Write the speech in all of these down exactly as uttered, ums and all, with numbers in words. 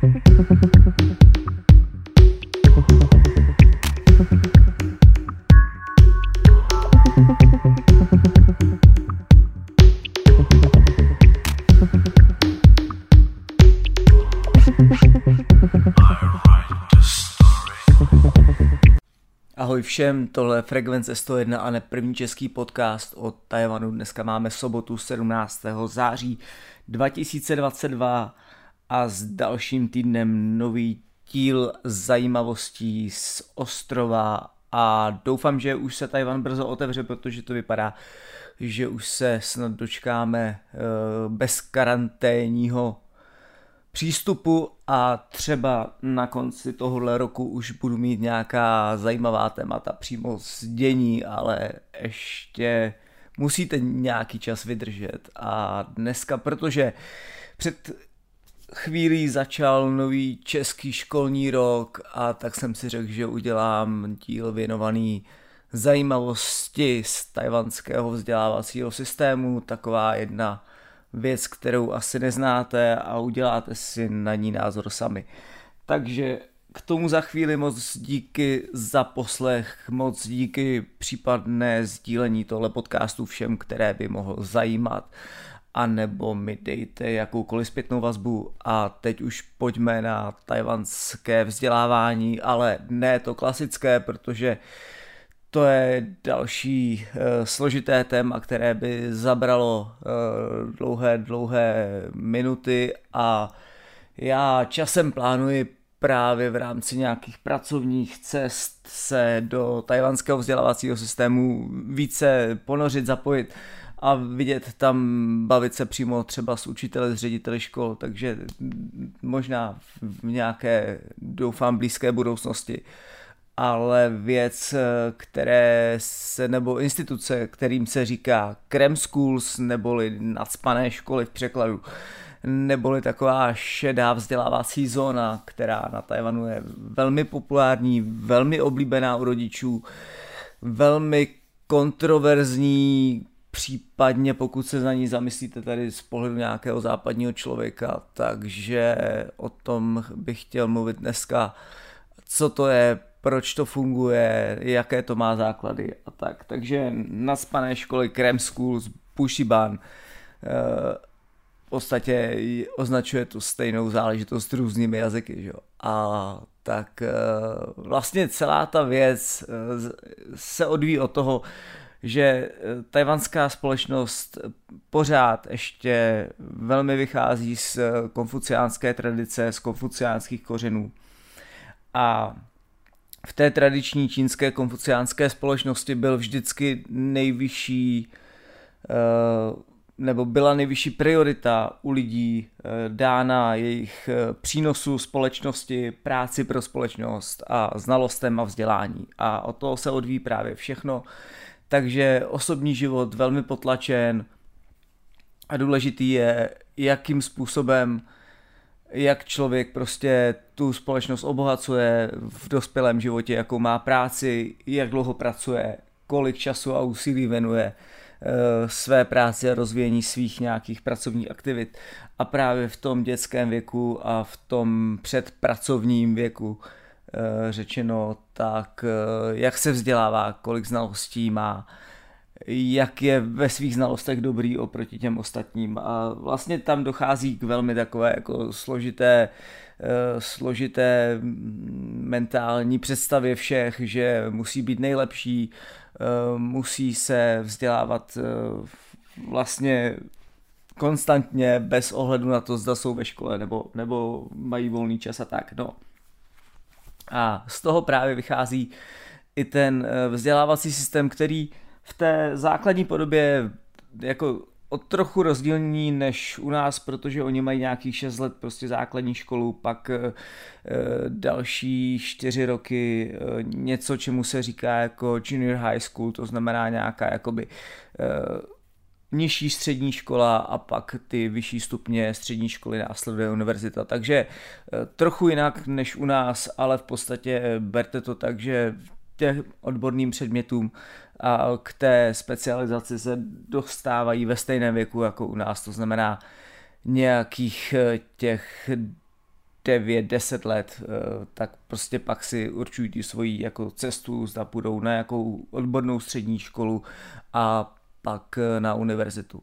Ahoj všem, tohle je Frekvence sto jedna a ne první český podcast o Tchaj-wanu. Dneska máme sobotu sedmnáctého září dva tisíce dvacet dva a s dalším týdnem nový díl zajímavostí z ostrova a doufám, že už se Tchaj-wan brzo otevře, protože to vypadá, že už se snad dočkáme bez karanténního přístupu a třeba na konci tohohle roku už budu mít nějaká zajímavá témata přímo z dění, ale ještě musíte nějaký čas vydržet. A dneska, protože před chvílí začal nový český školní rok a tak jsem si řekl, že udělám díl věnovaný zajímavosti z tchajwanského vzdělávacího systému, taková jedna věc, kterou asi neznáte a uděláte si na ní názor sami. Takže k tomu za chvíli moc díky za poslech, moc díky případné sdílení tohle podcastu všem, které by mohl zajímat, a nebo mi dejte jakoukoliv zpětnou vazbu. A teď už pojďme na tchajwanské vzdělávání, ale ne to klasické, protože to je další uh, složité téma, které by zabralo uh, dlouhé, dlouhé minuty a já časem plánuji právě v rámci nějakých pracovních cest se do tchajwanského vzdělávacího systému více ponořit, zapojit a vidět tam, bavit se přímo třeba s učiteli, s řediteli škol, takže možná v nějaké, doufám, blízké budoucnosti. Ale věc, které se, nebo instituce, kterým se říká Cram Schools, neboli nacpané školy v překladu, neboli taková šedá vzdělávací zóna, která na Tchaj-wanu je velmi populární, velmi oblíbená u rodičů, velmi kontroverzní, případně pokud se za ní zamyslíte tady z pohledu nějakého západního člověka, takže o tom bych chtěl mluvit dneska, co to je, proč to funguje, jaké to má základy a tak. Takže nacpané školy Cram Schools, Bushiban v podstatě označuje tu stejnou záležitost různými jazyky. Že? A tak vlastně celá ta věc se odvíjí od toho, že tchajwanská společnost pořád ještě velmi vychází z konfuciánské tradice, z konfuciánských kořenů. A v té tradiční čínské konfuciánské společnosti byl vždycky nejvyšší, nebo byla nejvyšší priorita u lidí dána jejich přínosu společnosti, práci pro společnost a znalostem a vzdělání. A od toho se odvíjí právě všechno. Takže osobní život velmi potlačen a důležitý je, jakým způsobem jak člověk prostě tu společnost obohacuje v dospělém životě, jakou má práci, jak dlouho pracuje, kolik času a úsilí věnuje e, své práci a rozvíjení svých nějakých pracovních aktivit. A právě v tom dětském věku a v tom předpracovním věku e, řečeno, tak e, jak se vzdělává, kolik znalostí má, jak je ve svých znalostech dobrý oproti těm ostatním. A vlastně tam dochází k velmi takové jako složité, složité mentální představě všech, že musí být nejlepší, musí se vzdělávat vlastně konstantně bez ohledu na to, zda jsou ve škole nebo, nebo mají volný čas a tak. No. A z toho právě vychází i ten vzdělávací systém, který v té základní podobě jako o trochu rozdílný než u nás, protože oni mají nějakých šest let prostě základní školu, pak e, další čtyři roky e, něco, čemu se říká jako junior high school, to znamená nějaká jakoby e, nižší střední škola a pak ty vyšší stupně střední školy následuje univerzita. Takže e, trochu jinak než u nás, ale v podstatě berte to tak, že těch odborným předmětům a k té specializaci se dostávají ve stejném věku jako u nás, to znamená nějakých těch devět deset let, tak prostě pak si určují tu svoji jako cestu, zda půjdou na jakou odbornou střední školu a pak na univerzitu.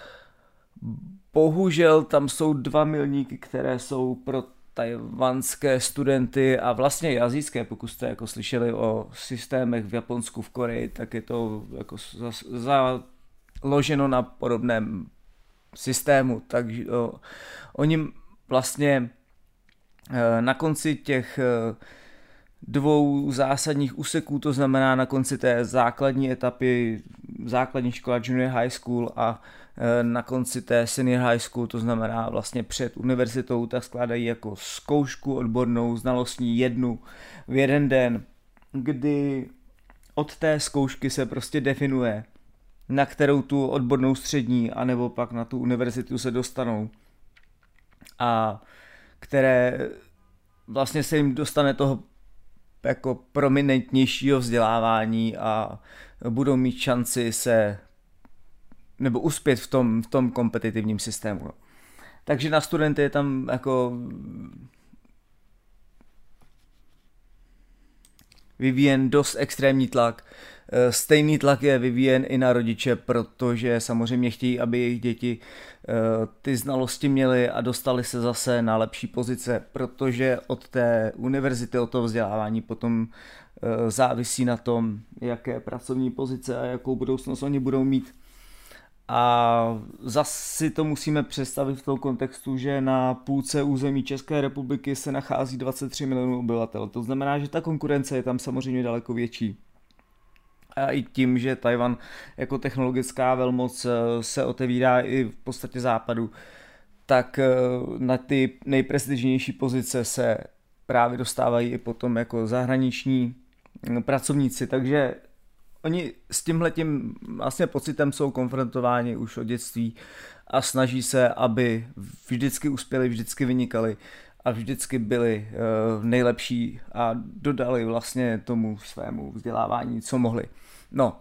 Bohužel tam jsou dva milníky, které jsou pro tajvanské studenty a vlastně i asijské, pokud jste jako slyšeli o systémech v Japonsku, v Koreji, tak je to jako založeno na podobném systému, takže o, oni vlastně na konci těch dvou zásadních úseků, to znamená na konci té základní etapy, základní škola, junior high school a na konci té senior high school, to znamená vlastně před univerzitou, tak skládají jako zkoušku odbornou, znalostní jednu v jeden den, kdy od té zkoušky se prostě definuje, na kterou tu odbornou střední, anebo pak na tu univerzitu se dostanou a které vlastně se jim dostane toho jako prominentnějšího vzdělávání a budou mít šanci se nebo uspět v tom, v tom kompetitivním systému. No. Takže na studenty je tam jako vyvíjen dost extrémní tlak. Stejný tlak je vyvíjen i na rodiče, protože samozřejmě chtějí, aby jejich děti ty znalosti měly a dostali se zase na lepší pozice, protože od té univerzity, od toho vzdělávání potom závisí na tom, jaké pracovní pozice a jakou budoucnost oni budou mít. A zase si to musíme představit v tom kontextu, že na půlce území České republiky se nachází dvacet tři milionů obyvatel. To znamená, že ta konkurence je tam samozřejmě daleko větší. A i tím, že Tchaj-wan jako technologická velmoc se otevírá i v podstatě západu, tak na ty nejprestižnější pozice se právě dostávají i potom jako zahraniční pracovníci. Takže oni s tímhletím vlastně pocitem jsou konfrontováni už od dětství a snaží se, aby vždycky uspěli, vždycky vynikali a vždycky byli uh, nejlepší a dodali vlastně tomu svému vzdělávání, co mohli. No.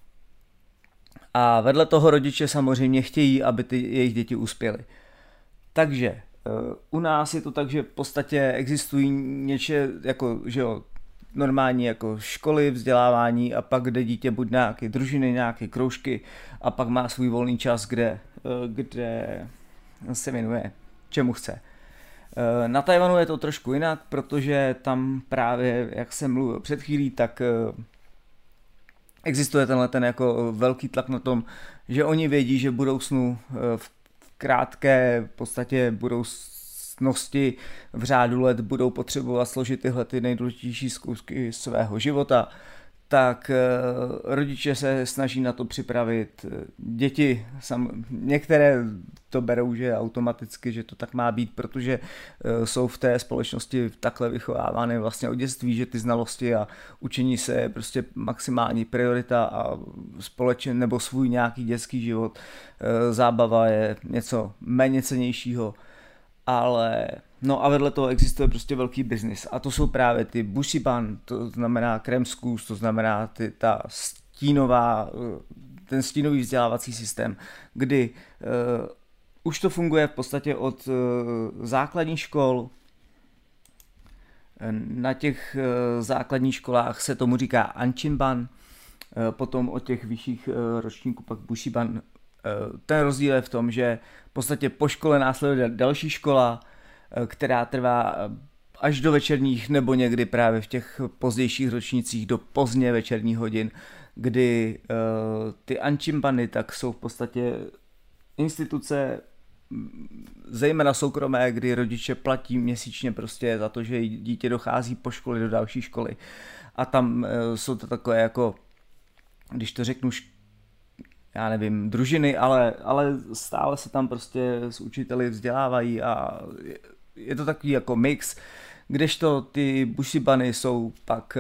A vedle toho rodiče samozřejmě chtějí, aby ty jejich děti uspěly. Takže uh, u nás je to tak, že v podstatě existují něče, jako, že jo, normální jako školy, vzdělávání a pak jde dítě buď na nějaké družiny, nějaké kroužky a pak má svůj volný čas, kde, kde se věnuje čemu chce. Na Tchaj-wanu je to trošku jinak, protože tam právě, jak jsem mluvil před chvílí, tak existuje tenhle ten jako velký tlak na tom, že oni vědí, že v budoucnu v krátké v podstatě budoucnosti v řádu let budou potřebovat složit tyhle ty nejdůležitější zkoušky svého života, tak rodiče se snaží na to připravit. Děti, sam, některé to berou, že automaticky, že to tak má být, protože jsou v té společnosti takhle vychovávány vlastně od dětství, že ty znalosti a učení se je prostě maximální priorita a společen nebo svůj nějaký dětský život, zábava je něco méně cennějšího. Ale no a vedle toho existuje prostě velký biznis a to jsou právě ty bushiban, to znamená kremskus, to znamená ty, ta stínová, ten stínový vzdělávací systém, kdy uh, už to funguje v podstatě od uh, základních škol. Na těch uh, základních školách se tomu říká anchinban, uh, potom od těch vyšších uh, ročníků pak bushiban. Ten rozdíl je v tom, že v podstatě po škole následuje další škola, která trvá až do večerních nebo někdy právě v těch pozdějších ročnících do pozdně večerních hodin, kdy uh, ty anchinbany tak jsou v podstatě instituce, zejména soukromé, kdy rodiče platí měsíčně prostě za to, že dítě dochází po škole do další školy. A tam uh, jsou to takové jako, když to řeknu, já nevím, družiny, ale, ale stále se tam prostě s učiteli vzdělávají a je to takový jako mix, kdežto ty bushibany jsou pak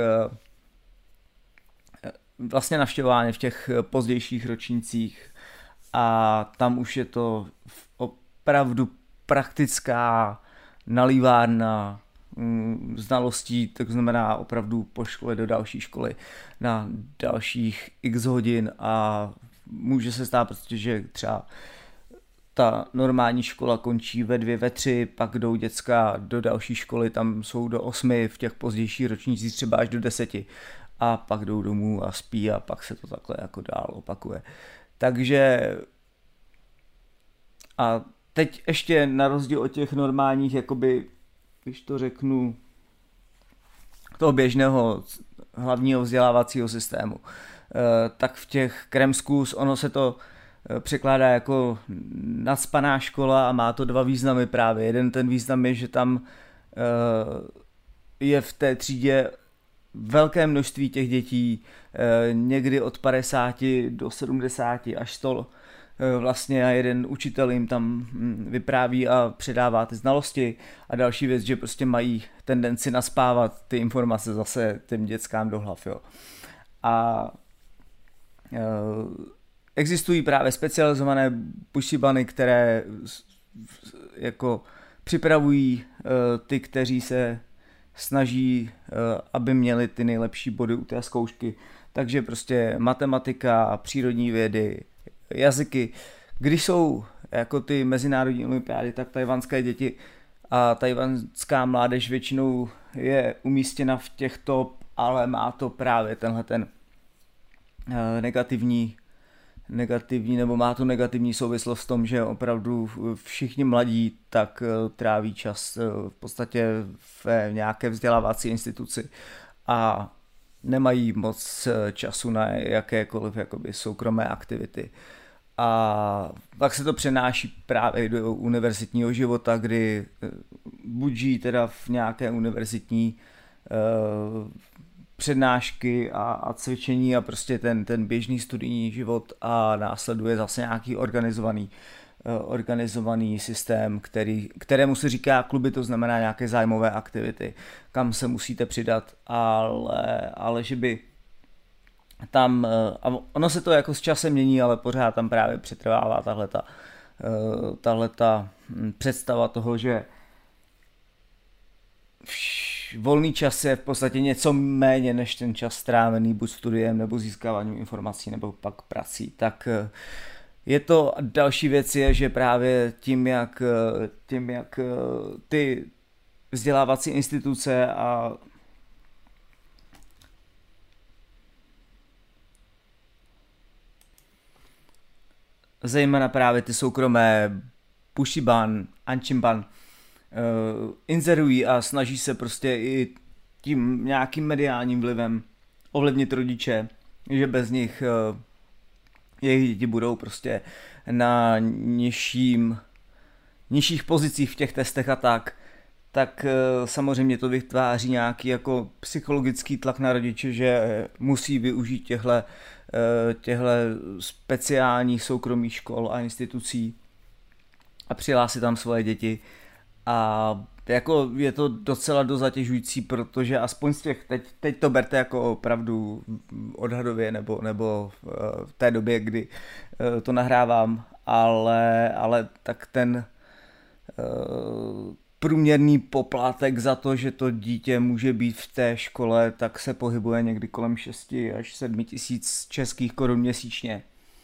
vlastně navštěvovány v těch pozdějších ročnících a tam už je to opravdu praktická nalívárna znalostí, tak znamená opravdu po škole do další školy na dalších x hodin a může se stát prostě, že třeba ta normální škola končí ve dvě, ve tři, pak jdou děcka do další školy, tam jsou do osmi, v těch pozdějších ročnících třeba až do deseti a pak jdou domů a spí a pak se to takhle jako dál opakuje. Takže a teď ještě na rozdíl od těch normálních, jakoby, když to řeknu, toho běžného hlavního vzdělávacího systému, tak v těch Cram Schools ono se to překládá jako nacpaná škola a má to dva významy právě. Jeden ten význam je, že tam je v té třídě velké množství těch dětí, někdy od padesáti do sedmdesáti až sto vlastně a jeden učitel jim tam vypráví a předává ty znalosti a další věc, že prostě mají tendenci naspávat ty informace zase těm dětskám do hlav. Jo. A existují právě specializované bušibany, které jako připravují ty, kteří se snaží, aby měli ty nejlepší body u té zkoušky. Takže prostě matematika, přírodní vědy, jazyky. Když jsou jako ty mezinárodní olympiády, tak tajvanské děti a tajvanská mládež většinou je umístěna v těch top, ale má to právě tenhle ten negativní, negativní nebo má to negativní souvislost v tom, že opravdu všichni mladí tak tráví čas v podstatě v nějaké vzdělávací instituci a nemají moc času na jakékoliv jakoby soukromé aktivity. A pak se to přenáší právě do univerzitního života, kdy buď žijí teda v nějaké univerzitní uh, přednášky a, a cvičení a prostě ten, ten běžný studijní život a následuje zase nějaký organizovaný, uh, organizovaný systém, který, kterému se říká kluby, to znamená nějaké zájmové aktivity, kam se musíte přidat, ale, ale že by tam, a ono se to jako s časem mění, ale pořád tam právě přetrvává tahleta, tahleta představa toho, že volný čas je v podstatě něco méně než ten čas strávený buď studiem nebo získáváním informací nebo pak prací. Tak je to další věc je, že právě tím, jak, tím, jak ty vzdělávací instituce a zejména právě ty soukromé Bushiban, Anchimban uh, inzerují a snaží se prostě i tím nějakým mediálním vlivem ovlivnit rodiče, že bez nich uh, jejich děti budou prostě na nižším, nižších pozicích v těch testech a tak, tak uh, samozřejmě to vytváří nějaký jako psychologický tlak na rodiče, že musí využít těchto těchto speciálních soukromých škol a institucí a přihlásit tam svoje děti a jako je to docela dost zatěžující, protože aspoň z těch, teď, teď to berte jako opravdu odhadově nebo, nebo v té době, kdy to nahrávám, ale, ale tak ten průměrný poplatek za to, že to dítě může být v té škole, tak se pohybuje někdy kolem šest až sedm tisíc českých korun měsíčně.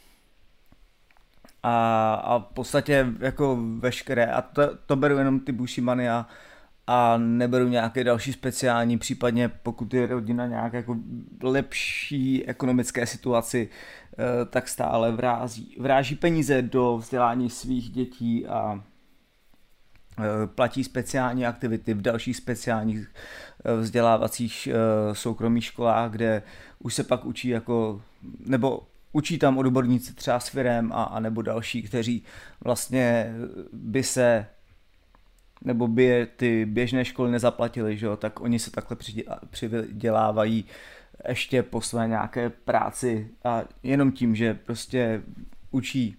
A, a v podstatě jako veškeré, a to, to beru jenom ty bushimany a, a neberu nějaké další speciální, případně pokud je rodina nějak jako lepší ekonomické situaci, tak stále vrází, vráží peníze do vzdělání svých dětí a platí speciální aktivity v dalších speciálních vzdělávacích soukromých školách, kde už se pak učí jako, nebo učí tam odborníci třeba s firem a, a nebo další, kteří vlastně by se, nebo by je ty běžné školy nezaplatili, že jo, tak oni se takhle přidělávají ještě po své nějaké práci a jenom tím, že prostě učí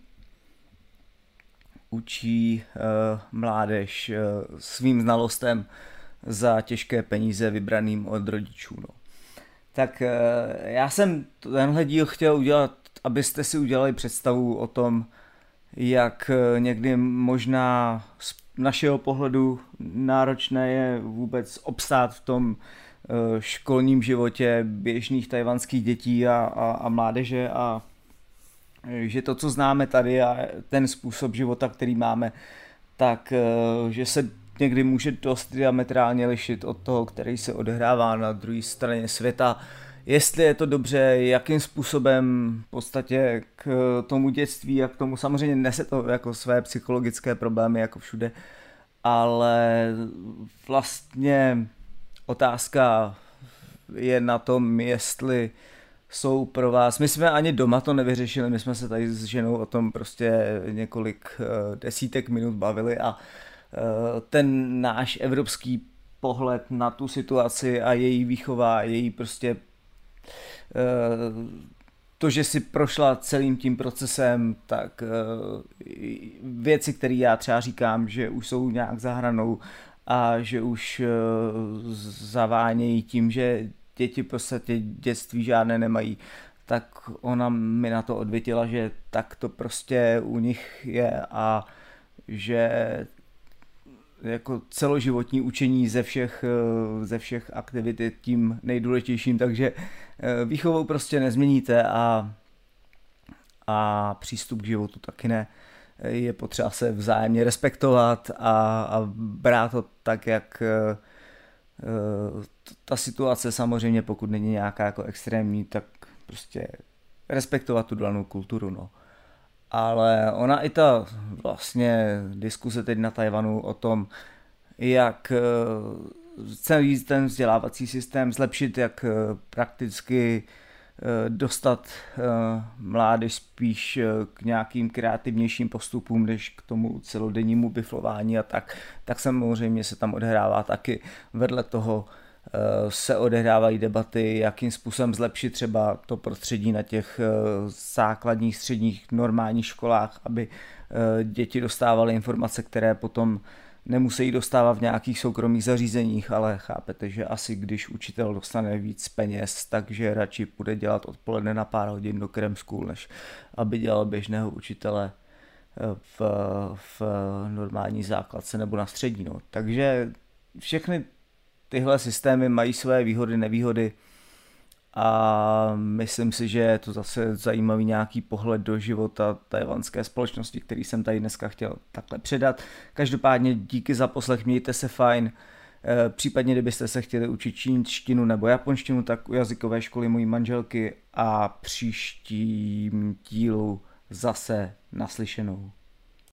učí uh, mládež uh, svým znalostem za těžké peníze vybraným od rodičů. No. Tak uh, já jsem tenhle díl chtěl udělat, abyste si udělali představu o tom, jak uh, někdy možná z našeho pohledu náročné je vůbec obstát v tom uh, školním životě běžných tajvanských dětí a, a, a mládeže a že to, co známe tady a ten způsob života, který máme, tak že se někdy může dost diametrálně lišit od toho, který se odehrává na druhé straně světa. Jestli je to dobře, jakým způsobem v podstatě k tomu dětství a k tomu samozřejmě nese to jako své psychologické problémy jako všude, ale vlastně otázka je na tom, jestli jsou pro vás, my jsme ani doma to nevyřešili, my jsme se tady s ženou o tom prostě několik desítek minut bavili a ten náš evropský pohled na tu situaci a její výchova, její prostě to, že si prošla celým tím procesem, tak věci, které já třeba říkám, že už jsou nějak za hranou a že už zavánějí tím, že děti v podstatě dětství žádné nemají, tak ona mi na to odvětila, že tak to prostě u nich je a že jako celoživotní učení ze všech, ze všech aktivit je tím nejdůležitějším, takže výchovou prostě nezměníte a, a přístup k životu taky ne. Je potřeba se vzájemně respektovat a, a brát to tak, jak ta situace samozřejmě, pokud není nějaká jako extrémní, tak prostě respektovat tu danou kulturu, no. Ale ona i ta vlastně diskuse teď na Tajvanu o tom, jak celý ten vzdělávací systém zlepšit, jak prakticky dostat mládež spíš k nějakým kreativnějším postupům, než k tomu celodennímu biflování a tak, tak samozřejmě se tam odehrává taky. Vedle toho se odehrávají debaty, jakým způsobem zlepšit třeba to prostředí na těch základních, středních, normálních školách, aby děti dostávaly informace, které potom nemusí dostávat v nějakých soukromých zařízeních, ale chápete, že asi když učitel dostane víc peněz, takže radši půjde dělat odpoledne na pár hodin do Krem School, než aby dělal běžného učitele v, v normální základce nebo na střední. No. Takže všechny tyhle systémy mají své výhody, nevýhody a myslím si, že je to zase zajímavý nějaký pohled do života tajvanské společnosti, který jsem tady dneska chtěl takhle předat. Každopádně díky za poslech, mějte se fajn, případně kdybyste se chtěli učit čínštinu nebo japonštinu, tak u jazykové školy mojí manželky a příštím dílu zase naslyšenou.